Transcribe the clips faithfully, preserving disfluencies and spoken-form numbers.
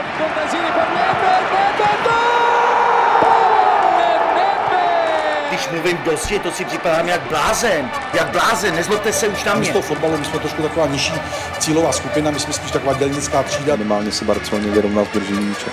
Když mluvím dosti, to si připadám jak blázen. Jak blázen, nezlobte se už na mě. Z toho fotbalu my jsme trošku taková nižší cílová skupina, my jsme spíš taková dělnická třída. Minimálně se Barceloně vyrovnal v držení míče.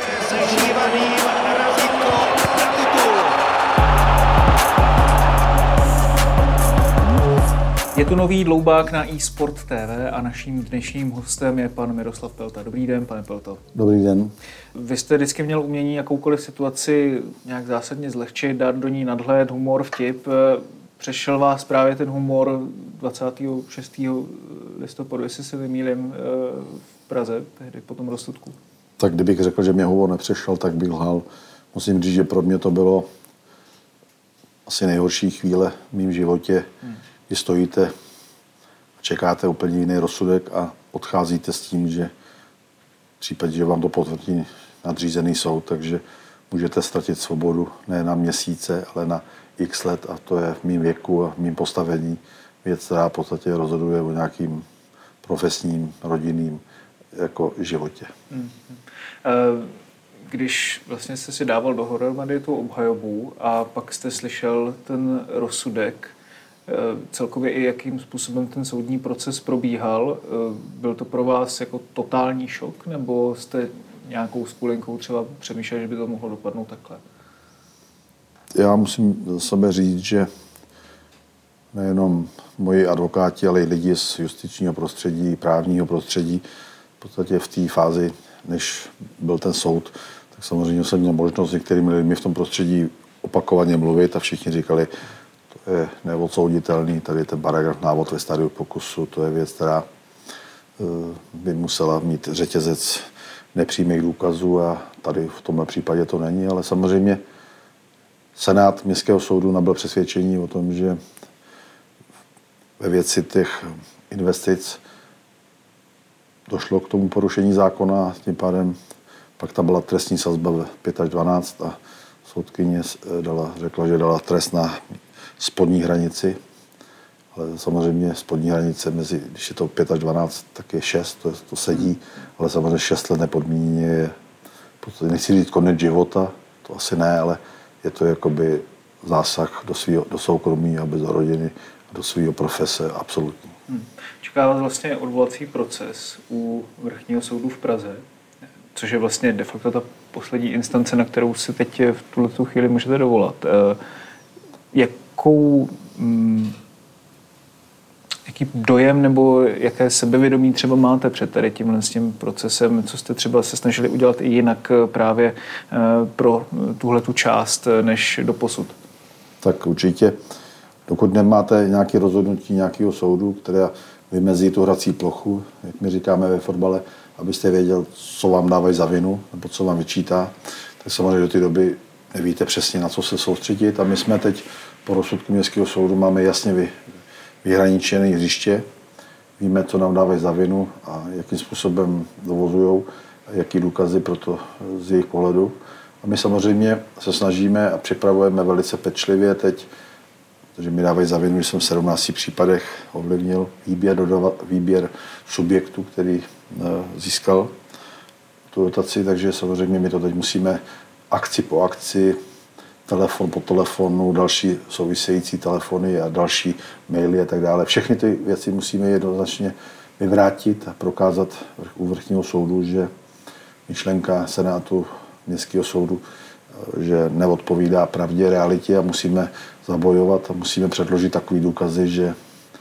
Je tu nový dloubák na eSport T V a naším dnešním hostem je pan Miroslav Pelta. Dobrý den, pane Pelto. Dobrý den. Vy jste vždycky měl umění jakoukoliv situaci nějak zásadně zlehčit, dát do ní nadhled, humor, vtip. Přešel vás právě ten humor dvacátého šestého listopadu, jestli se nemýlím, v Praze, tehdy po tom rozsudku? Tak kdybych řekl, že mě humor nepřešel, tak bych lhal. Musím říct, že pro mě to bylo asi nejhorší chvíle v mém životě, hmm. kdy stojíte a čekáte úplně jiný rozsudek a odcházíte s tím, že v případě, že vám to potvrdí nadřízený soud, takže můžete ztratit svobodu ne na měsíce, ale na x let a to je v mém věku a v mém postavení věc, která v podstatě rozhoduje o nějakým profesním, rodinným jako životě. Hmm. Když vlastně jste si dával dohromady tu obhajobu a pak jste slyšel ten rozsudek, celkově i jakým způsobem ten soudní proces probíhal, byl to pro vás jako totální šok, nebo jste nějakou skulinkou třeba přemýšleli, že by to mohlo dopadnout takhle? Já musím za sebe říct, že nejenom moji advokáti, ale i lidi z justičního prostředí, právního prostředí, v podstatě v té fázi, než byl ten soud, tak samozřejmě jsem měl možnost s některými lidmi v tom prostředí opakovaně mluvit a všichni říkali, to je neodsouditelný, tady je ten paragraf návod ve stadiu pokusu, to je věc, která by musela mít řetězec nepřímých důkazů a tady v tomhle případě to není, ale samozřejmě Senát Městského soudu nabyl přesvědčení o tom, že ve věci těch investic došlo k tomu porušení zákona a tím pádem pak tam byla trestní sazba ve pět až dvanáct a soudkyně dala, řekla, že dala trest na spodní hranici, ale samozřejmě spodní hranice mezi, když je to pět až dvanáct, tak je šest, to, to sedí, ale samozřejmě šest let nepodmíněně je, nechci říct konec života, to asi ne, ale je to jakoby zásah do, svýho, do soukromí a do rodiny a do svého profese absolutní. Hmm. Čeká vás vlastně odvolací proces u Vrchního soudu v Praze, což je vlastně de facto ta poslední instance, na kterou si teď v tuto chvíli můžete dovolat. Jakou, jaký dojem nebo jaké sebevědomí třeba máte před tady tímhle s tím procesem, co jste třeba se snažili udělat i jinak právě pro tuhletu část než doposud? Tak určitě, dokud nemáte nějaké rozhodnutí nějakého soudu, které vymezí tu hrací plochu, jak my říkáme ve fotbale, abyste věděl, co vám dávají za vinu nebo co vám vyčítá, tak samozřejmě do té doby nevíte přesně, na co se soustředit. A my jsme teď po rozsudku Městského soudu máme jasně vy, vyhraničené hřiště. Víme, co nám dávají za vinu a jakým způsobem dovozujou, jaký důkazy pro to z jejich pohledu. A my samozřejmě se snažíme a připravujeme velice pečlivě teď, protože mi dávají za vinu, že jsem v sedmnácti případech ovlivnil výběr, dodava, výběr subjektu, který získal tu dotaci, takže samozřejmě my to teď musíme akci po akci, telefon po telefonu, další související telefony a další maily a tak dále. Všechny ty věci musíme jednoznačně vyvrátit a prokázat u Vrchního soudu, že myšlenka Senátu Městského soudu, že neodpovídá pravdě, realitě a musíme zabojovat a musíme předložit takový důkazy, že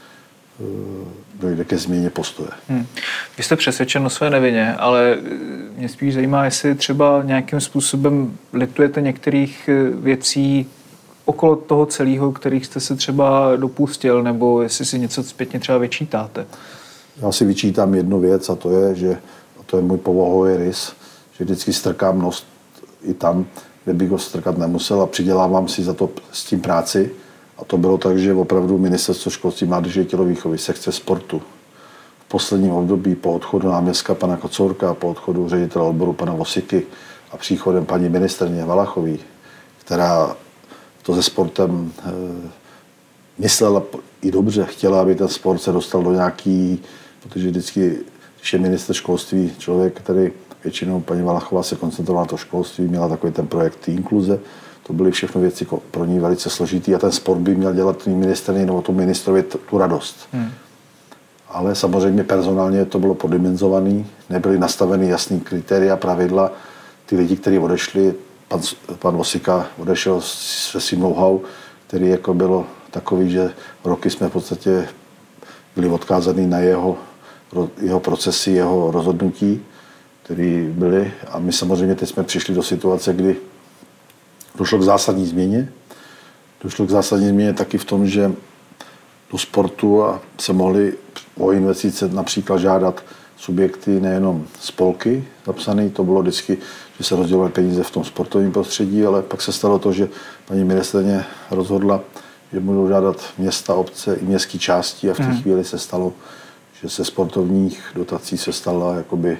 dojde ke změně postoje. Hmm. Vy jste přesvědčen o své nevině, ale mě spíš zajímá, jestli třeba nějakým způsobem litujete některých věcí okolo toho celého, kterých jste se třeba dopustil, nebo jestli si něco zpětně třeba vyčítáte. Já si vyčítám jednu věc a to je, že a to je můj povahový rys, že vždycky strkám nos i tam, kde bych ho strkat nemusel a přidělávám si za to s tím práci. A to bylo tak, že opravdu Ministerstvo školství, mládeže a tělovýchovy, sekce sportu v posledním období po odchodu náměstka pana Kocourka, po odchodu ředitele odboru pana Vosiky a příchodem paní ministryně Valachový, která to se sportem e, myslela i dobře, chtěla, aby ten sport se dostal do nějaký, protože vždycky, když je ministr školství člověk, který většinou paní Valachová se koncentrovala na to školství, měla takový ten projekt inkluze. To byly všechno věci pro ní velice složitý a ten sport by měl dělat tým ministerný nebo tu ministrovi tu radost. Hmm. Ale samozřejmě personálně to bylo poddimenzované, nebyly nastaveny jasný kritéria, pravidla. Ty lidi, kteří odešli, pan, pan Vosika odešel se svým know-how, který jako bylo takový, že roky jsme v podstatě byli odkázaný na jeho, jeho procesy, jeho rozhodnutí, které byly. A my samozřejmě teď jsme přišli do situace, kdy došlo k zásadní změně. Došlo k zásadní změně taky v tom, že do sportu a se mohli o investice například žádat subjekty, nejenom spolky zapsané, to bylo vždycky, že se rozdělovaly peníze v tom sportovním prostředí, ale pak se stalo to, že paní ministryně rozhodla, že budou žádat města, obce i městské části a v té hmm. chvíli se stalo, že se sportovních dotací se stala jakoby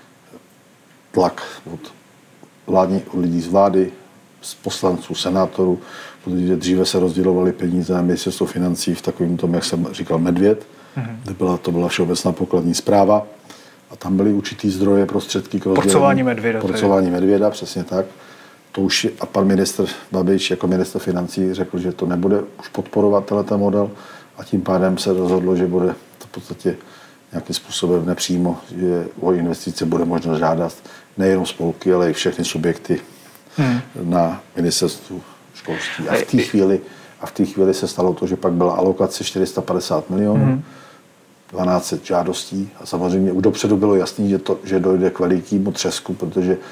tlak od, vládní, od lidí z vlády, z poslanců, senátorů, protože dříve se rozdělovaly peníze na ministerstvo financí v takovém tom, jak jsem říkal, Medvěd, mm-hmm. kde byla, to byla všeobecná pokladní správa a tam byly určitý zdroje, prostředky k rozdělení. Porcování medvěda. Porcování medvěda, přesně tak. To už je, a pan ministr Babiš jako ministr financí řekl, že to nebude už podporovat ten model a tím pádem se rozhodlo, že bude to v podstatě nějakým způsobem nepřímo, že o investice bude možno žádat nejenom spolky, ale i všechny subjekty hmm. na ministerstvu školství. A v té chvíli, a v té chvíli se stalo to, že pak byla alokace čtyři sta padesát milionů, hmm. dvanáct set žádostí a samozřejmě už dopředu bylo jasný, že, to, že dojde k velikému třesku, protože e,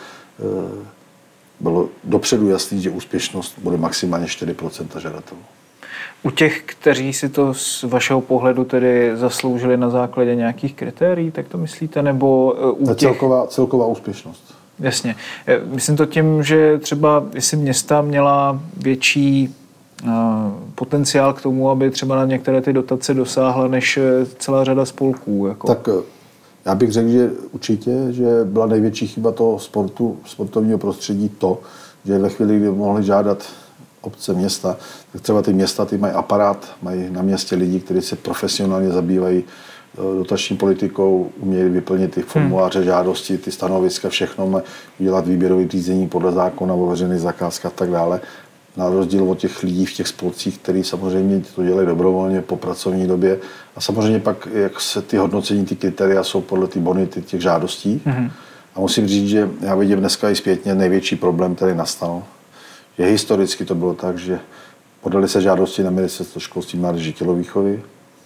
bylo dopředu jasný, že úspěšnost bude maximálně čtyři procenta žadatelů. U těch, kteří si to z vašeho pohledu tedy zasloužili na základě nějakých kritérií, tak to myslíte, nebo u těch... Celková, celková úspěšnost. Jasně. Myslím to tím, že třeba jestli města měla větší uh, potenciál k tomu, aby třeba na některé ty dotace dosáhla, než celá řada spolků. Jako. Tak já bych řekl, že určitě, že byla největší chyba toho sportu, sportovního prostředí to, že ve chvíli, kdy mohli žádat obce, města, tak třeba ty města, ty mají aparát, mají na městě lidi, kteří se profesionálně zabývají dotační politikou, umějí vyplnit ty formuláře, hmm. žádosti, ty stanoviska, všechno, udělat výběrové řízení podle zákona o veřejných zakázkách a tak dále. Na rozdíl od těch lidí v těch spolcích, kteří samozřejmě to dělají dobrovolně po pracovní době. A samozřejmě pak, jak se ty hodnocení, ty kritéria jsou podle ty bonity těch žádostí. Hmm. A musím říct, že já vidím dneska i zpětně největší problém, který nastal. Že historicky to bylo tak, že podali se žádosti na ministerstvo školství, mládeže, tělovýchovy.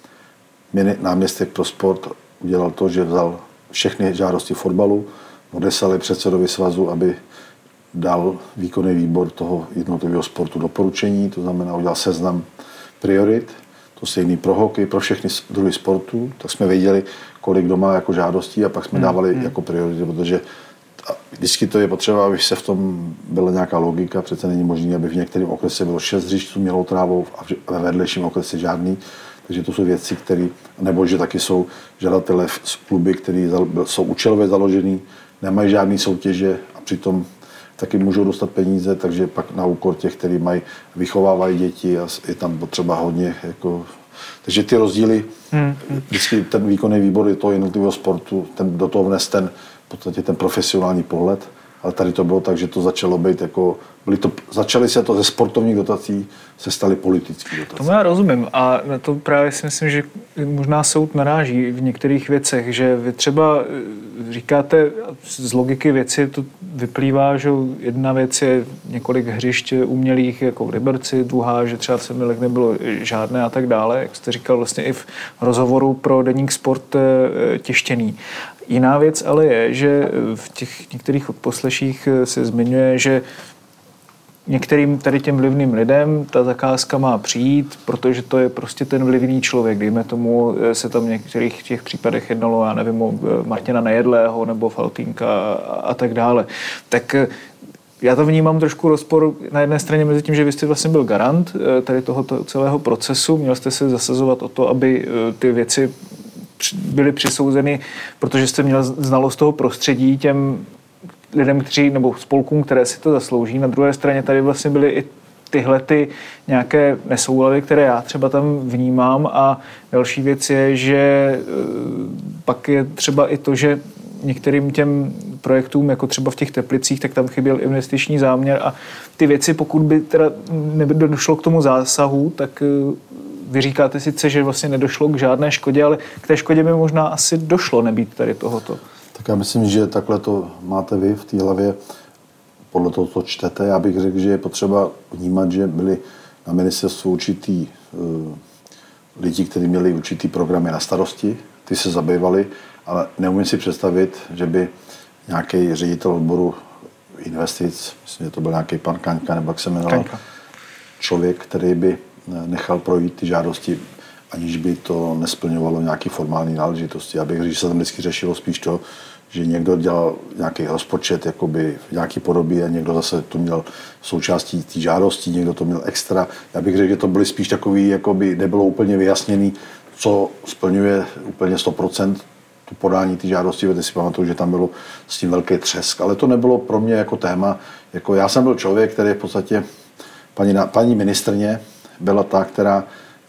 Náměstek pro sport udělal to, že vzal všechny žádosti fotbalu, odeslali předsedovi svazu, aby dal výkonný výbor toho jednotlivého sportu doporučení, to znamená udělal seznam priorit, to stejný pro hokej, pro všechny druhy sportů, tak jsme věděli, kolik kdo má jako žádostí a pak jsme dávali hmm. jako priority, protože vždycky to je potřeba, aby se v tom byla nějaká logika, přece není možné, aby v některém okrese bylo šest hřišť s mělou trávou a ve vedlejším okrese žádný. Takže to jsou věci, které, nebo že taky jsou žadatelé z kluby, které jsou účelově založený, nemají žádné soutěže a přitom taky můžou dostat peníze, takže pak na úkor těch, kteří mají, vychovávají děti a je tam potřeba hodně. Jako, takže ty rozdíly, hmm. vždycky ten výkonný výbor je toho jednotlivého sportu, ten, do toho vnes ten, v podstatě ten profesionální pohled, ale tady to bylo tak, že to začalo být jako, byly to, začaly se to ze sportovních dotací, se staly politické dotace. Tomu já rozumím a na to právě si myslím, že možná soud naráží v některých věcech, že vy třeba říkáte, z logiky věci to vyplývá, že jedna věc je několik hřišť umělých jako v Liberci, druhá, že třeba v Semilech nebylo žádné a tak dále, jak jste říkal vlastně i v rozhovoru pro deník Sport tištěný. Jiná věc ale je, že v těch některých odposleších se zmiňuje, že některým tady těm vlivným lidem ta zakázka má přijít, protože to je prostě ten vlivný člověk. Dejme tomu, se tam v některých těch případech jednalo, já nevím, o Martina Nejedlého nebo Faltýnka a tak dále. Tak já to vnímám trošku rozpor na jedné straně mezi tím, že vy jste vlastně byl garant tady tohoto celého procesu, měl jste se zasazovat o to, aby ty věci byly přisouzeny, protože jste měl znalost toho prostředí těm lidem, kteří, nebo spolkům, které si to zaslouží. Na druhé straně tady vlastně byly i tyhle ty nějaké nesoulady, které já třeba tam vnímám a další věc je, že pak je třeba i to, že některým těm projektům, jako třeba v těch Teplicích, tak tam chyběl investiční záměr a ty věci, pokud by teda nedošlo k tomu zásahu, tak vy říkáte sice, že vlastně nedošlo k žádné škodě, ale k té škodě by možná asi došlo nebýt tady tohoto. Tak já myslím, že takhle to máte vy v té hlavě, podle toho, co čtete. Já bych řekl, že je potřeba vnímat, že byli na ministerstvu určitý uh, lidi, kteří měli určitý programy na starosti, ty se zabývali, ale neumím si představit, že by nějaký ředitel odboru investic, myslím, že to byl nějaký pan Kaňka, nebo jak se jmenoval, Kaňka. Člověk, který by nechal projít ty žádosti, aniž by to nesplňovalo nějaké formální náležitosti. Já bych řekl, že se tam vždycky řešilo spíš to, že někdo dělal nějaký rozpočet jakoby v nějaké podobě a někdo zase to měl součástí té žádosti, někdo to měl extra. Já bych řekl, že to byly spíš takový, jakoby nebylo úplně vyjasněný, co splňuje úplně sto procent tu podání té žádosti. Víte si pamatuju, že tam bylo s tím velký třesk, ale to nebylo pro mě jako téma. Jako já jsem byl člověk, který v podstatě, paní, paní ministrně byla ta, která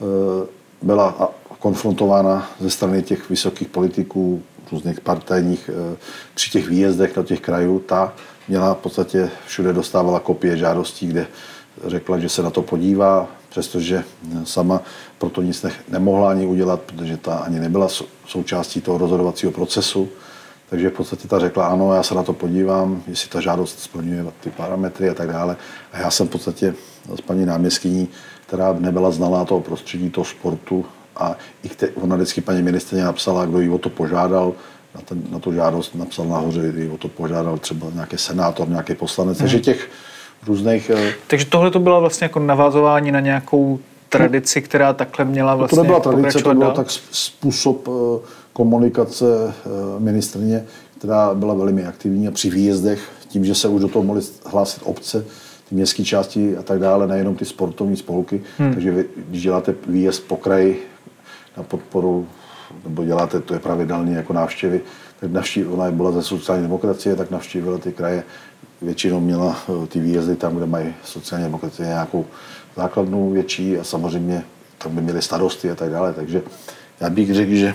e, byla konfrontována ze strany těch vysokých politiků, různých partajních, při těch výjezdech do těch krajů, ta měla v podstatě všude dostávala kopie žádostí, kde řekla, že se na to podívá, přestože sama proto nic ne, nemohla ani udělat, protože ta ani nebyla součástí toho rozhodovacího procesu. Takže v podstatě ta řekla, ano, já se na to podívám, jestli ta žádost splňuje ty parametry a tak dále. A já jsem v podstatě s paní náměstkyní, která nebyla znalá toho prostředí, toho sportu, a i te, ona vždycky paní ministryně napsala, kdo jí o to požádal, na, ten, na tu žádost napsal nahoře, kdo jí o to požádal třeba nějaký senátor, nějaký poslanec, hmm. takže těch různých... Takže tohle to bylo vlastně jako navázování na nějakou tradici, která takhle měla vlastně to nebyla tradice, to byl dál? tak způsob komunikace ministryně, která byla velmi aktivní a při výjezdech, tím, že se už do toho mohly hlásit obce, ty městské části a tak dále, nejenom ty sportovní spolky, hmm. takže vy, když děláte výjezd po kraji na podporu, nebo děláte, to je pravidelně jako návštěvy, tak navštív, ona byla ze sociální demokracie, tak navštívila ty kraje, většinou měla ty výjezdy tam, kde mají sociální demokracie nějakou základnu větší a samozřejmě tam by měli starosty a tak dále, takže já bych řekl, že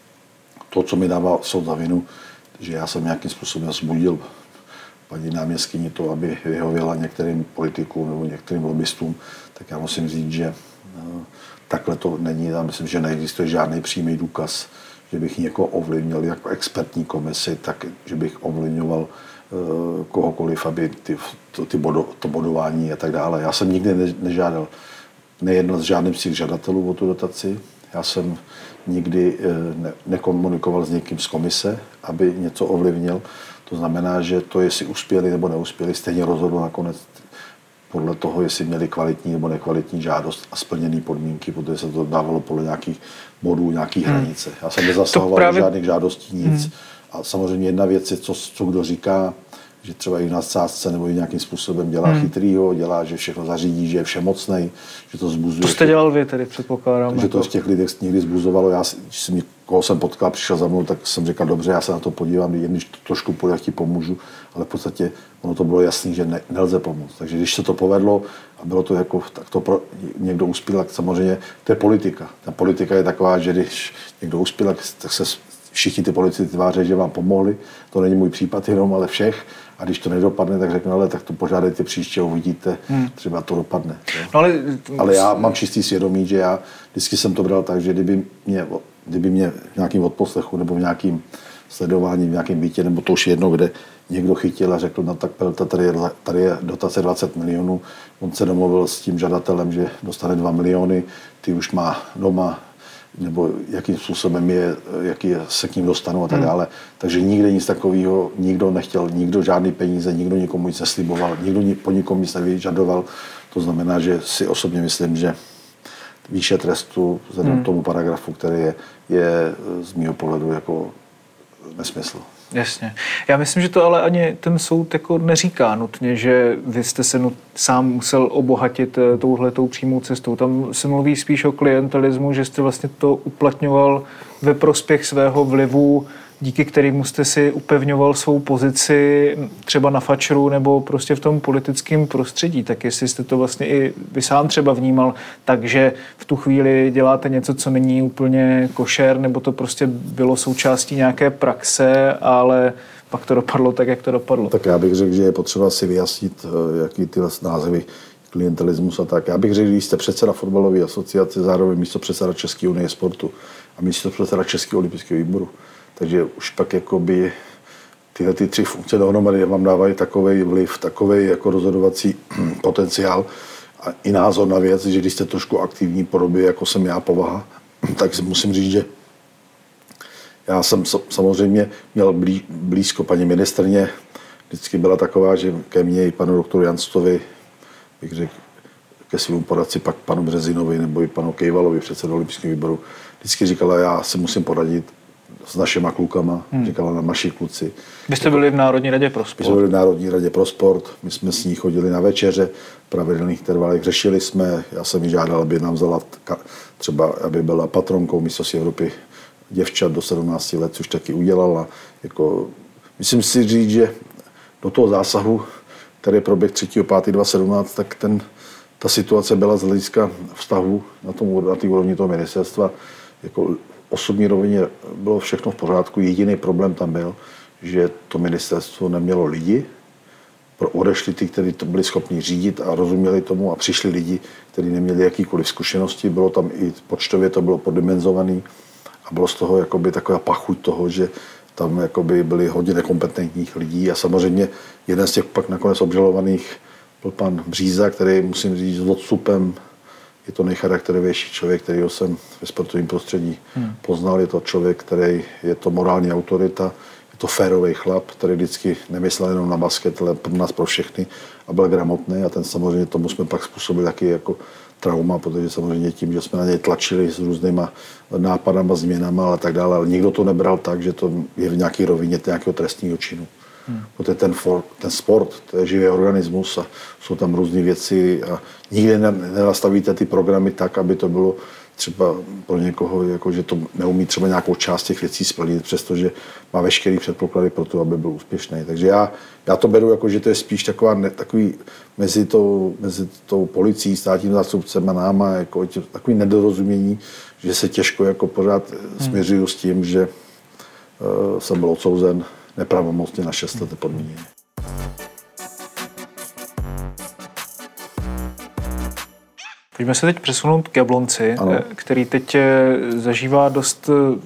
to, co mi dává soud za vinu, že já jsem nějakým způsobem zbudil paní náměstkyni to, aby vyhověla některým politikům nebo některým lobbystům, tak já musím říct, že no, takhle to není. Já myslím, že neexistuje žádný přímý důkaz, že bych někoho ovlivnil jako expertní komisi, tak že bych ovlivňoval uh, kohokoliv, aby ty, to, ty bodo, to bodování a tak dále. Já jsem nikdy ne, nežádal, nejednal s žádným z těch žadatelů o tu dotaci. Já jsem nikdy uh, ne, nekomunikoval s někým z komise, aby něco ovlivnil. To znamená, že to, jestli uspěli nebo neuspěli, stejně rozhodlo nakonec podle toho, jestli měli kvalitní nebo nekvalitní žádost a splněné podmínky, protože se to dávalo podle nějakých bodů, nějakých hmm. hranice. Já jsem nezasahoval právě... žádných žádostí, nic. Hmm. A samozřejmě jedna věc je, co, co kdo říká, že třeba i na sázce nebo i nějakým způsobem dělá hmm. chytrýho, dělá, že všechno zařídí, že je všemocnej, že to zbuzuje. To jste dělal vy tedy, předpokládám. Že to v těch lidech někdy zbuzovalo. Já, když jsem koho jsem potkal, přišel za mnou, tak jsem říkal, dobře, já se na to podívám, když to trošku půjde, jak ti pomůžu, ale v podstatě ono to bylo jasné, že ne, nelze pomoct. Takže když se to povedlo a bylo to jako, tak to pro, někdo uspěl, tak samozřejmě to je politika. Ta politika je taková, že když někdo uspěl, tak se všichni ty politici tváří, že vám pomohli. To není můj případ jenom, ale všech. A když to nedopadne, tak řeknu, ale tak to požádejte příště, uvidíte, hmm. třeba to dopadne. No, ale... ale já mám čistý svědomí, že já vždycky jsem to bral tak, že kdyby mě, kdyby mě v nějakým odposlechu nebo v nějakým sledování, v nějakém bytě, nebo to už jedno, kde někdo chytil a řekl, no tak tady je, tady je dotace dvacet milionů, on se domluvil s tím žadatelem, že dostane dva miliony, ty už má doma, nebo jakým způsobem je, jaký se k ním dostanou a tak dále. Hmm. Takže nikde nic takového, nikdo nechtěl, nikdo žádný peníze, nikdo nikomu nic nesliboval, nikdo po nikom nic nevyžadoval. To znamená, že si osobně myslím, že výše trestu vzhledem hmm. k tomu paragrafu, který je, je z mého pohledu jako nesmysl. Jasně. Já myslím, že to ale ani ten soud jako neříká nutně, že vy jste se nut, sám musel obohatit touhletou přímou cestou. Tam se mluví spíš o klientelismu, že jste vlastně to uplatňoval ve prospěch svého vlivu díky kterému jste si upevňoval svou pozici třeba na fačru nebo prostě v tom politickém prostředí. Tak jestli jste to vlastně i vy sám třeba vnímal, takže v tu chvíli děláte něco, co není úplně košer, nebo to prostě bylo součástí nějaké praxe, ale pak to dopadlo tak, jak to dopadlo. Tak já bych řekl, že je potřeba si vyjasnit, jaký ty názvy klientelismus a tak. Já bych řekl, že jste předseda fotbalové asociace, zároveň místopředseda České unie sportu a místopředseda Českého olympijského výboru. Takže už pak jakoby tyhle ty tři funkce dohromady vám dávají takovej vliv, takovej jako rozhodovací potenciál a i názor na věc, že když jste trošku aktivní podobě, jako jsem já povaha, tak musím říct, že já jsem samozřejmě měl blízko paní ministrně, vždycky byla taková, že ke mně i panu doktoru Janstovi, bych řekl, ke svému poradci, pak panu Březinovi nebo i panu Kejvalovi, předsedu olympijského výboru, vždycky říkala, já si musím poradit s našima klukama, hmm. říkala na naši kluci. Vy jste byli v Národní radě pro sport. My jsme byli v Národní radě pro sport, my jsme s ní chodili na večeře, v pravidelných intervalech, řešili jsme, já jsem ji žádal, aby nám vzala třeba, aby byla patronkou mistrovství Evropy děvčat do sedmnácti let, což taky udělala. Jako, myslím si říct, že do toho zásahu, který proběh třetího pátého dva tisíce sedmnáct, tak ten, ta situace byla z hlediska vztahu na, tom, na té úrovni toho ministerstva. Jako osobní rovině bylo všechno v pořádku. Jediný problém tam byl, že to ministerstvo nemělo lidi. Odešli ty, kteří to byli schopni řídit a rozuměli tomu, a přišli lidi, kteří neměli jakýkoliv zkušenosti. Bylo tam i počtově, to bylo poddimenzovaný a bylo z toho jakoby taková pachuť toho, že tam jakoby byli hodně nekompetentních lidí a samozřejmě jeden z těch pak nakonec obžalovaných byl pan Bříza, který, musím říct, s odstupem je to nejcharakterovější člověk, kterýho jsem ve sportovním prostředí hmm. poznal. Je to člověk, který je to morální autorita, je to férový chlap, který vždycky nemyslel jenom na basket, ale pro nás, pro všechny a byl gramotný a ten samozřejmě tomu jsme pak způsobili taky jako trauma, protože samozřejmě tím, že jsme na něj tlačili s různýma nápadama, změnama a tak dále, ale nikdo to nebral tak, že to je v nějaké rovině nějakého trestního činu. Hmm. Protože ten, for, ten sport, to je živý organismus a jsou tam různé věci a nikdy nenastavíte ty programy tak, aby to bylo třeba pro někoho, jako, že to neumí třeba nějakou část těch věcí splnit, přestože má veškerý předpoklady pro to, aby byl úspěšný. Takže já, já to beru jako, že to je spíš taková, ne, takový mezi tou, mezi tou policií, státním zástupcem a náma, jako, takový nedorozumění, že se těžko jako pořád hmm. směřuju s tím, že uh, jsem byl odsouzen nepravomocně na šest let podmíněně. Pojďme se teď přesunout k Jablonci, ano. který teď zažívá dost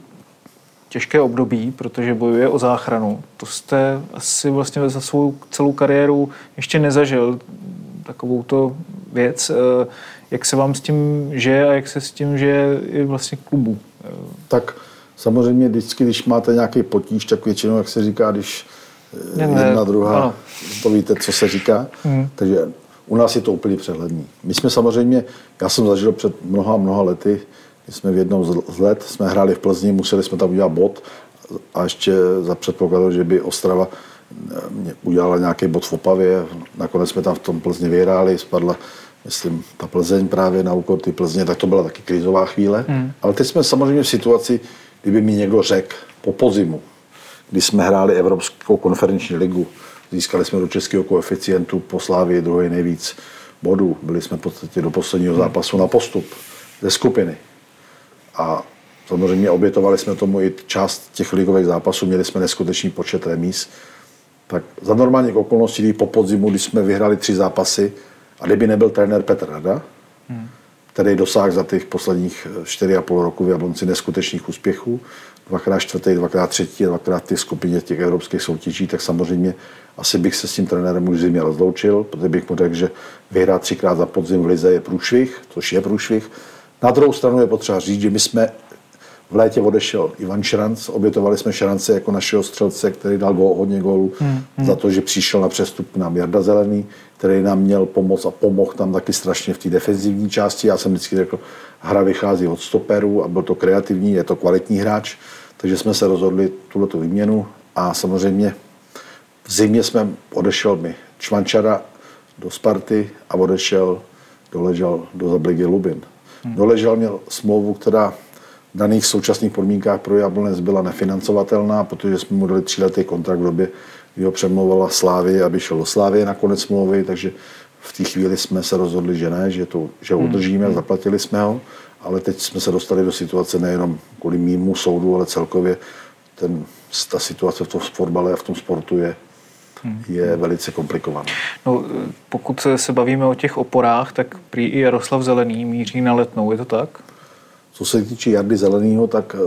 těžké období, protože bojuje o záchranu. To jste asi vlastně za svou celou kariéru ještě nezažil, takovouto věc. Jak se vám s tím žije a jak se s tím žije i vlastně klubu? Tak samozřejmě vždycky, když máte nějaký potíž, tak většinou, jak se říká, když ne, jedna, druhá, ano. to víte, co se říká. Hmm. Takže u nás je to úplně přehledný. My jsme samozřejmě, já jsem zažil před mnoha, mnoha lety, když jsme v jednom z let, jsme hráli v Plzni, museli jsme tam udělat bod a ještě za předpokladu, že by Ostrava udělala nějaký bod v Opavě. Nakonec jsme tam v tom Plzni vyhráli, spadla, myslím, ta Plzeň právě na úkor ty Plzně, tak to byla taky krizová chvíle. Hmm. Ale teď jsme samozřejmě v situaci, kdyby mi někdo řekl po podzimu, kdy jsme hráli Evropskou konferenční ligu, získali jsme do českého koeficientu po Slávii druhý nejvíc bodů, byli jsme v podstatě do posledního zápasu na postup ze skupiny. A samozřejmě obětovali jsme tomu i část těch ligových zápasů, měli jsme neskutečný počet remíz. Tak za normálních okolností, kdy po podzimu, když jsme vyhráli tři zápasy, a kdyby nebyl trenér Petr Rada, hmm. který dosáhl za těch posledních čtyři a půl roku v Jablonci neskutečných úspěchů, dvakrát čtvrtý, dvakrát třetí a dvakrát ty skupině těch evropských soutěží, tak samozřejmě asi bych se s tím trenérem už zimě rozloučil, protože bych mu řekl, že vyhrát třikrát za podzim v lize je průšvih, což je průšvih. Na druhou stranu je potřeba říct, že my jsme v létě odešel Ivan Šranc, obětovali jsme Šrance jako našeho střelce, který dal go, hodně gólů, hmm, hmm. za to, že přišel na přestup nám Jarda Zelený, který nám měl pomoct a pomohl tam taky strašně v té defenzivní části. Já jsem vždycky řekl, hra vychází od stoperů a byl to kreativní, je to kvalitní hráč, takže jsme se rozhodli tuhletu výměnu a samozřejmě v zimě jsme odešel mi Čvančara do Sparty a odešel, doležel do Zabligy Lubin. Hmm. Doležel měl smlouvu, která v daných současných podmínkách pro Jablonec byla nefinancovatelná, protože jsme mu dali tříletý kontrakt v době, kdy ho přemlouvala Slávy, aby šel do Slávy na konec smlouvy, takže v té chvíli jsme se rozhodli, že ne, že, to, že ho udržíme a zaplatili jsme ho, ale teď jsme se dostali do situace nejenom kvůli mýmu soudu, ale celkově ten, ta situace v tom fotbale a v tom sportu je, je velice komplikovaná. No, pokud se bavíme o těch oporách, tak prý i Jaroslav Zelený míří na Letnou, je to tak? Co se týče Jardy Zeleného, tak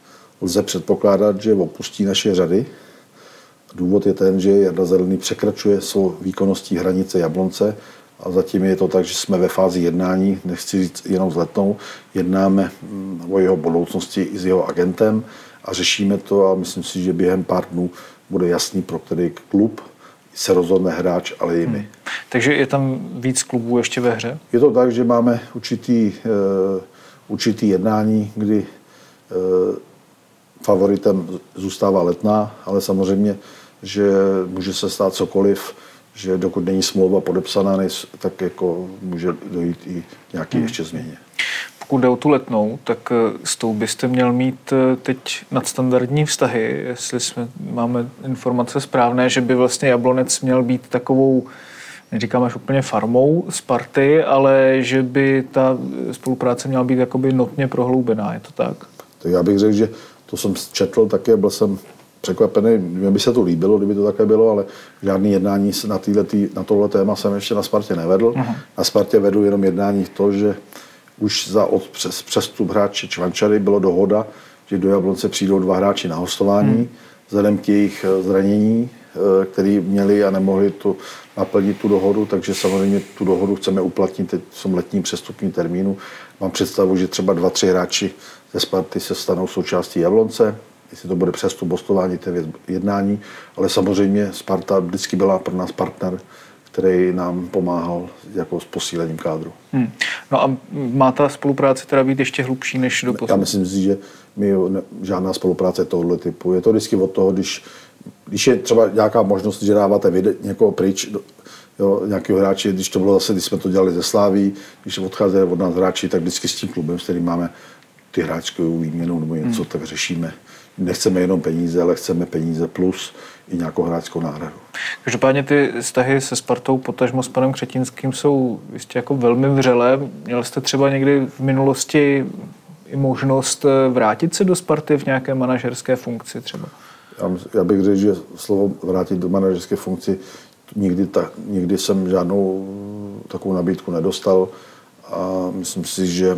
lze předpokládat, že opustí naše řady. Důvod je ten, že Jarda Zelený překračuje svou výkonností hranice Jablonce a zatím je to tak, že jsme ve fázi jednání, nechci říct jenom s Letnou, jednáme o jeho budoucnosti i s jeho agentem a řešíme to a myslím si, že během pár dnů bude jasný, pro který klub se rozhodne hráč, ale i my. Hmm. Takže je tam víc klubů ještě ve hře? Je to tak, že máme určitý, uh, určitý jednání, kdy uh, favoritem zůstává Letná, ale samozřejmě, že může se stát cokoliv, že dokud není smlouva podepsaná, tak jako může dojít i nějaký hmm. ještě změně. Pokud jde o tu Letnou, tak s tou byste měl mít teď nadstandardní vztahy, jestli jsme, máme informace správné, že by vlastně Jablonec měl být takovou, neříkám až úplně farmou Sparty, ale že by ta spolupráce měla být jakoby notně prohloubená, je to tak? To já bych řekl, že to jsem četl také, byl jsem překvapený, mě by se to líbilo, kdyby to také bylo, ale žádný jednání na, týhletý, na tohle téma jsem ještě na Spartě nevedl. Uh-huh. Na Spartě vedu jenom jednání to, že už za od přes, přestup hráče Čvančary bylo dohoda, že do Jablonce přijdou dva hráči na hostování, hmm. vzhledem k jejich zranění, který měli a nemohli tu, naplnit tu dohodu, takže samozřejmě tu dohodu chceme uplatnit teď v tom letním přestupním termínu. Mám představu, že třeba dva, tři hráči ze Sparty se stanou součástí Jablonce, jestli to bude přestup, hostování, to je jednání, ale samozřejmě Sparta vždycky byla pro nás partner, který nám pomáhal jako s posílením kádru. Hmm. No a má ta spolupráce teda být ještě hlubší než do poslední? Já myslím si, že my ne, žádná spolupráce tohoto typu. Je to vždycky od toho, když, když je třeba nějaká možnost, že dáváte vide, někoho pryč, jo, nějakého hráče, když to bylo zase, když jsme to dělali ze Sláví, když odcházeli od nás hráči, tak vždycky s tím klubem, s kterým máme ty hráčkovou výměnu nebo něco, hmm. tak řešíme. Nechceme jenom peníze, ale chceme peníze plus i nějakou hráčskou náhradu. Každopádně ty vztahy se Spartou, potažmo s panem Křetinským, jsou jistě jako velmi vřelé. Měl jste třeba někdy v minulosti i možnost vrátit se do Sparty v nějaké manažerské funkci třeba? Já, já bych řekl, že slovo vrátit do manažerské funkci nikdy, ta, nikdy jsem žádnou takovou nabídku nedostal a myslím si, že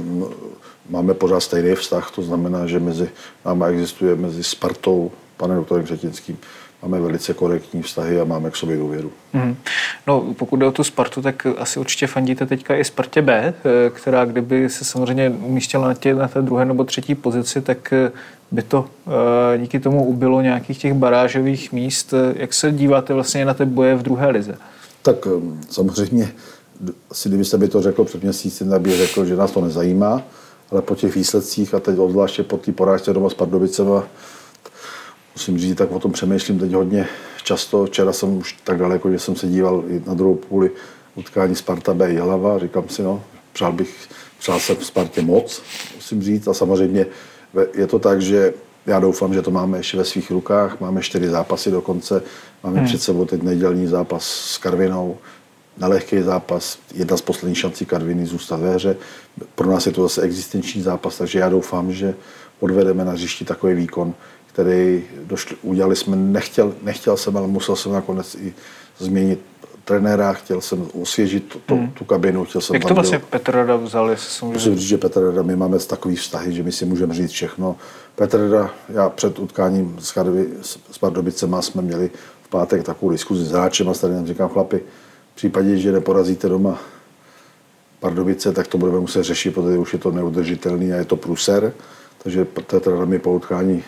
máme pořád stejný vztah, to znamená, že mezi námi existuje mezi Spartou, panem doktorem Křetinským, máme velice korektní vztahy a máme k sobě důvěru. Mm. No, pokud jde o tu Spartu, tak asi určitě fandíte teďka i Spartě B, která kdyby se samozřejmě umístila na, tě, na té druhé nebo třetí pozici, tak by to díky tomu ubylo nějakých těch barážových míst. Jak se díváte vlastně na ty boje v druhé lize? Tak samozřejmě, asi kdybyste mi to řekl před měsícem, tak bych řekl, že nás to nezajímá, ale po těch výsledcích a teď obzvláště po té porážce doma s Pardubicema, musím říct, tak o tom přemýšlím teď hodně často. Včera jsem už tak daleko, že jsem se díval i na druhou půli utkání Sparta B Jihlava. Říkám si, no, přál bych, přál jsem v Spartě moc, musím říct. A samozřejmě je to tak, že já doufám, že to máme ještě ve svých rukách. Máme čtyři zápasy dokonce. Máme hmm. před sebou teď nedělní zápas s Karvinou. Nelehký zápas, jedna z posledních šancí Karviny zůstat ve hře. Pro nás je to zase existenční zápas, takže já doufám, že odvedeme na hřišti takový výkon, který došli, udělali jsme, nechtěl, nechtěl jsem, ale musel jsem nakonec i změnit trenéra, chtěl jsem osvěžit to, hmm. tu kabinu. Chtěl jsem Jak to vlastně Petr Rada vzal? Musím říct, že Petr Rada, my máme takový vztahy, že my si můžeme říct všechno. Petr Rada, já před utkáním s, Karvi, s Pardubicema jsme měli v pátek takovou diskuzi s hráčem a tady nám říkám, chlapi, v případě, že neporazíte doma Pardubice, tak to budeme muset řešit, protože už je to neudržitelný a je to průser. Takže Petr Rada mi po utkání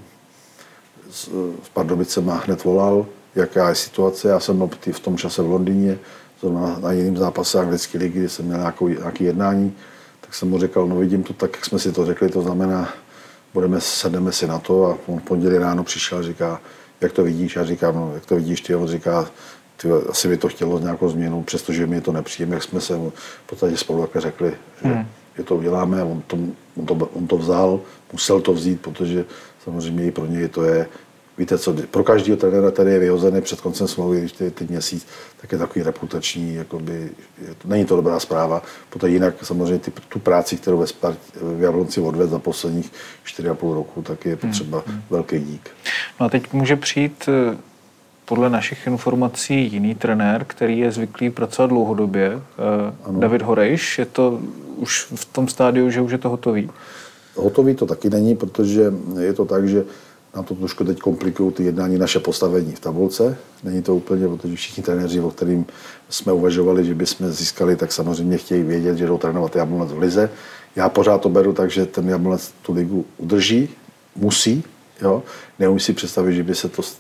s Pardubicema hned volal, jaká je situace. Já jsem byl v tom čase v Londýně, na, na jiném zápase anglické ligy, kde jsem měl nějakou, nějaké jednání, tak jsem mu říkal, no vidím to tak, jak jsme si to řekli, to znamená, budeme, sedneme si na to a on v pondělí ráno přišel a říká, jak to vidíš? Já říkám, no jak to vidíš ty? A on říká, ty, asi by to chtělo nějakou změnu, přestože mi je to nepříjemné, jak jsme se v podstatě spolu také řekli, že, hmm. že to uděláme. On to, on, to, on to vzal, musel to vzít, protože samozřejmě i pro něj to je, víte co, pro každého trenéra, který je vyhozený před koncem smlouvy, když to je teď měsíc, tak je takový reputační, jakoby, je to, není to dobrá zpráva, protože jinak samozřejmě ty, tu práci, kterou ve Spart, v Jablonci odvedl za posledních čtyři a půl roku, tak je potřeba hmm. velký dík. No a teď může přijít podle našich informací jiný trenér, který je zvyklý pracovat dlouhodobě, ano. David Horejš. Je to už v tom stádiu, že už je to hotový? Hotový to taky není, protože je to tak, že nám to trošku teď komplikují ty jednání naše postavení v tabulce. Není to úplně, protože všichni trenéři, o kterým jsme uvažovali, že bychom získali, tak samozřejmě chtějí vědět, že jdou trénovat Jablonec v lize. Já pořád to beru tak, že ten Jablonec tu ligu udrží, musí. Jo? Neumím si představit, že by se to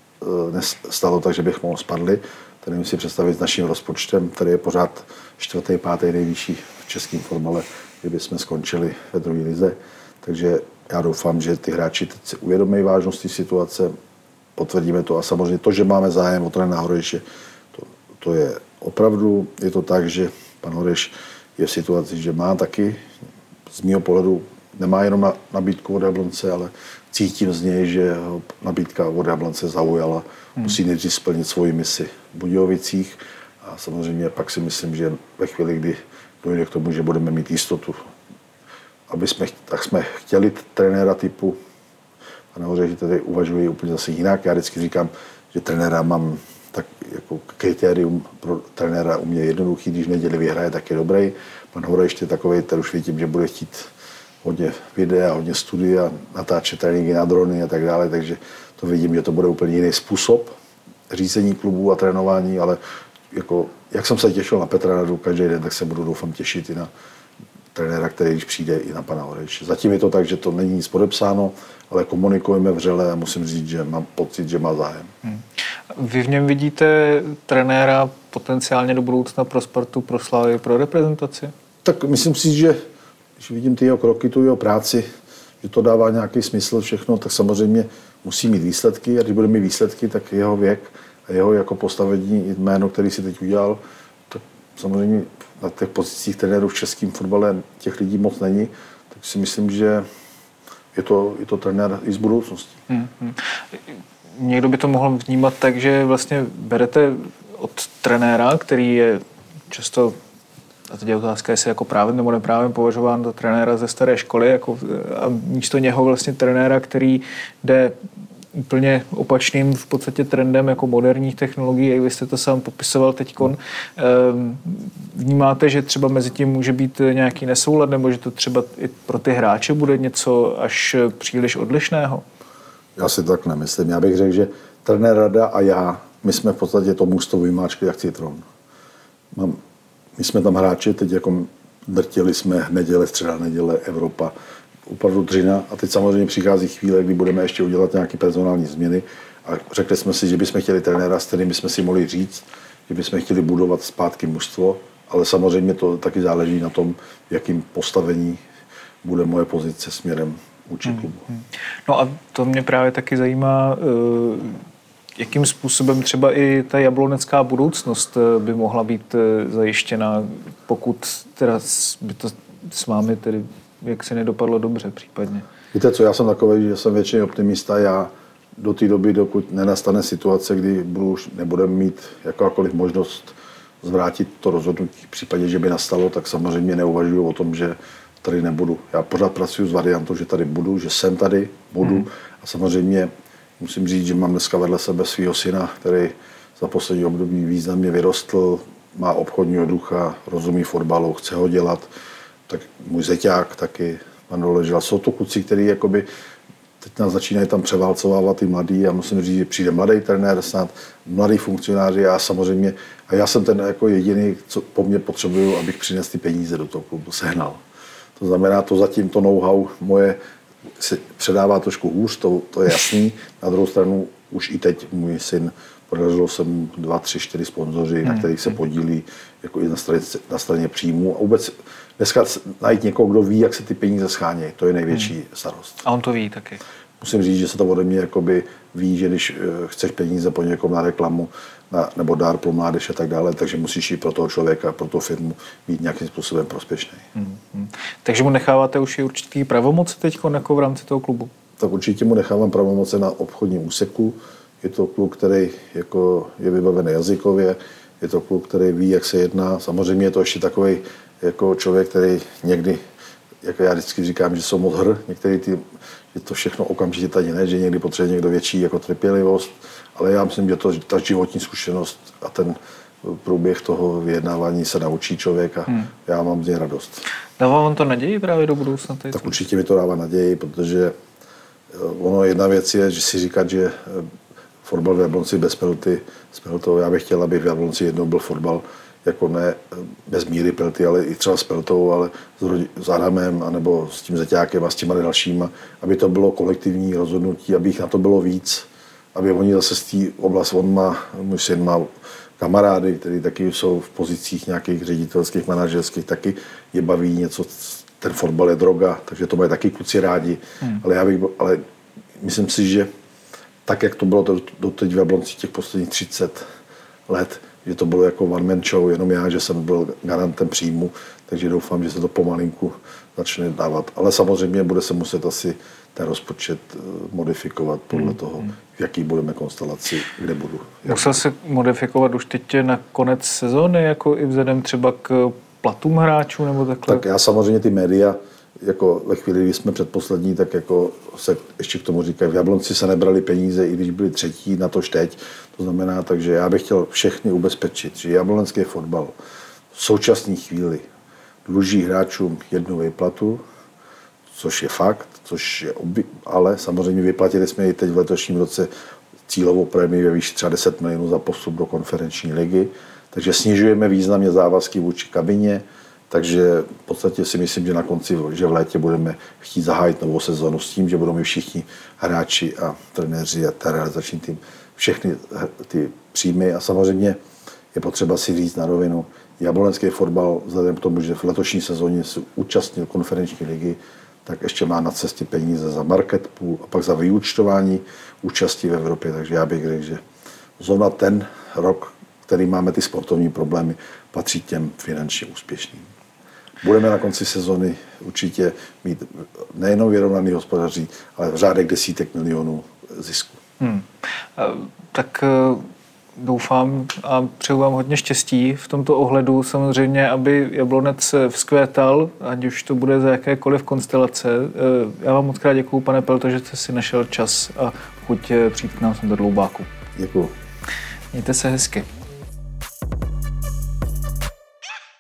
stalo tak, že bych mohl spadli. To nevím si představit s naším rozpočtem, který je pořád čtvrtý, pátý nejvyšší v českém fotbale, kdyby jsme skončili ve druhé lize. Takže já doufám, že ty hráči teď si uvědomí vážnost té situace, potvrdíme to a samozřejmě to, že máme zájem o trenéra Horejše, to, to je opravdu, je to tak, že pan Horejš je v situaci, že má taky, z mého pohledu, nemá jenom na, nabídku od Jablonce, ale cítím z něj, že ho nabídka od Jablonce zaujala. Hmm. Musí nejdřív splnit svoji misi v Budějovicích a samozřejmě pak si myslím, že ve chvíli, kdy dojde k tomu, že budeme mít jistotu, aby jsme, tak jsme chtěli trenéra typu pana Horejše, tady uvažuji úplně zase jinak. Já vždycky říkám, že trenéra mám tak jako kritérium pro trenéra u mě jednoduchý, když v neděli vyhraje, tak je dobrý. Pan Horejš je takový, tady už vidím, že bude chtít hodně videa, hodně studia, natáčet tréninky na drony a tak dále, takže to vidím, že to bude úplně jiný způsob řízení klubů a trénování, ale jako, jak jsem se těšil na Petra Radu každý den, tak se budu doufám těšit i na trenéra, který když přijde, i na pana Horejše. Zatím je to tak, že to není nic podepsáno, ale komunikujeme vřele a musím říct, že mám pocit, že má zájem. Hmm. Vy v něm vidíte trenéra potenciálně do budoucna pro Spartu, pro Slavii, pro reprezentaci? Tak myslím si, že když vidím ty jeho kroky, tu jeho práci, že to dává nějaký smysl všechno, tak samozřejmě musí mít výsledky a když bude mít výsledky, tak jeho věk a jeho jako postavení jméno, který si teď udělal, tak samozřejmě na těch pozicích trenérů v českém fotbale těch lidí moc není, tak si myslím, že je to, je to trenér i z budoucnosti. Hmm, hmm. Někdo by to mohl vnímat tak, že vlastně berete od trenéra, který je často, a teď je otázka, jestli jako právem nebo neprávem považován za trenéra ze staré školy, jako, a místo něho vlastně trenéra, který jde úplně opačným v podstatě trendem jako moderních technologií, jak vy jste to sám popisoval teďkon. Vnímáte, že třeba mezi tím může být nějaký nesoulad, nebo že to třeba i pro ty hráče bude něco až příliš odlišného? Já si tak nemyslím. Já bych řekl, že trenér Rada a já, my jsme v podstatě to mužstvo vymáčkli jak citron. Mám, my jsme tam hráči, teď jako drtili jsme neděle, středa, neděle, Evropa, opravdu dřina a teď samozřejmě přichází chvíle, kdy budeme ještě udělat nějaké personální změny a řekli jsme si, že bychom chtěli trenéra, s kterým bychom si mohli říct, že bychom chtěli budovat zpátky mužstvo, ale samozřejmě to taky záleží na tom, v jakým postavení bude moje pozice směrem vůči klubu. Hmm. No a to mě právě taky zajímá, jakým způsobem třeba i ta jablonecká budoucnost by mohla být zajištěna, pokud teda by to s vámi tedy jak se nedopadlo dobře případně. Víte co, já jsem takový, že jsem většině optimista. Já do té doby, dokud nenastane situace, kdy budu, nebudeme mít jakákoliv možnost zvrátit to rozhodnutí v případě, že by nastalo, tak samozřejmě neuvažuji o tom, že tady nebudu. Já pořád pracuji s variantou, že tady budu, že jsem tady, budu. Mm. A samozřejmě musím říct, že mám dneska vedle sebe svého syna, který za poslední období významně vyrostl, má obchodního ducha, rozumí fotbalu, chce ho dělat. Tak můj zeťák taky, pan Doležel. Jsou to kluci, kteří jakoby teď nás začínají tam převálcovávat ty mladí a musím říct, že přijde mladý trenér, snad mladý funkcionáři a samozřejmě, a já jsem ten jako jediný, co po mně potřebuju, abych přinesl ty peníze do toho klubu, sehnal. To znamená, to zatím to know-how moje se předává trošku hůř, to, to je jasný. Na druhou stranu už i teď můj syn, podařilo se mu dva, tři, čtyři sponzoři, hmm. na kterých se podílí jako i na straně, na straně příjmu. A vůbec dneska najít někoho, kdo ví, jak se ty peníze schánějí, to je největší hmm. starost. A on to ví taky? musím říct, že se to ode mě jakoby ví, že když chceš peníze po někom na reklamu na, nebo dár pro mládež a tak dále, takže musíš jít pro toho člověka, pro tu firmu být nějakým způsobem prospěšný. Hmm, hmm. Takže mu necháváte už i určitý pravomoc teď jako v rámci toho klubu? Tak určitě mu nechávám pravomoce na obchodním úseku. Je to kluk, který jako je vybavený jazykově, je to kluk, který ví, jak se jedná. Samozřejmě je to ještě takový jako člověk, který někdy, jako já vždycky říkám, že jsou moc hr, některý ty, že to všechno okamžitě tady ne, že někdy potřebuje někdo větší jako trpělivost, ale já myslím, že to, ta životní zkušenost a ten průběh toho vyjednávání se naučí člověka. Hmm. Já mám z něj radost. Dává vám to naději právě do budoucna? Tak určitě mi to dává naději, protože ono jedna věc je, že si říkat, že fotbal v Jablonci bez penalty, s penaltou, já bych chtěl, aby v Jablonci jednou byl fotbal jako ne bez míry penalty, ale i třeba s penaltou, ale s, rodi, s Adamem, anebo s tím Zeťákem a s těma dalšíma, aby to bylo kolektivní rozhodnutí, aby jich na to bylo víc, aby oni zase z té oblasti, on má, můj syn má kamarády, kteří taky jsou v pozicích nějakých ředitelských, manažerských, taky je baví něco, ten fotbal je droga, takže to mají taky kluci rádi, hmm. ale já bych, ale myslím si, že tak, jak to bylo doteď v Jablonci těch posledních třicet let, že to bylo jako one man show, jenom já, že jsem byl garantem příjmu, takže doufám, že se to pomalinku začne dávat. Ale samozřejmě bude se muset asi ten rozpočet modifikovat podle hmm. toho, v jaký budeme konstelaci, kde budu. Musel se modifikovat už teď na konec sezóny, jako i vzhledem třeba k platům hráčů nebo takhle? Tak já samozřejmě ty média, jako ve chvíli, kdy jsme předposlední, tak jako se ještě k tomu říkají, v Jablonci se nebrali peníze, i když byli třetí, na tož teď. To znamená, takže já bych chtěl všechny ubezpečit, že jablonský fotbal v současné chvíli dluží hráčům jednu výplatu, což je fakt, což je obvy... ale samozřejmě vyplatili jsme i teď v letošním roce cílovou prémii ve výši třeba deset milionů za postup do konferenční ligy, takže snižujeme významně závazky vůči kabině, takže v podstatě si myslím, že na konci, že v létě budeme chtít zahájit novou sezonu s tím, že budou mít všichni hráči a trenéři a ten realizační tým všechny ty příjmy a samozřejmě je potřeba si říct na rovinu, jablonský fotbal vzhledem k tomu, že v letošní sezóně se účastnil konferenční ligy, tak ještě má na cestě peníze za market pool a pak za vyúčtování účastí v Evropě, takže já bych řekl, že zrovna ten rok, který máme ty sportovní problémy, patří těm finančně úspěšným. Budeme na konci sezony určitě mít nejenom vyrovnaný hospodaří, ale v řádech desítek milionů zisku. Hmm. Tak doufám a přeju vám hodně štěstí v tomto ohledu. Samozřejmě, aby Jablonec vzkvétal, ať už to bude za jakékoliv konstelace. Já vám moc krát děkuju, pane Pelto, že jste si našel čas a chuť přijít k nám sem do Dloubáku. Děkuju. Mějte se hezky.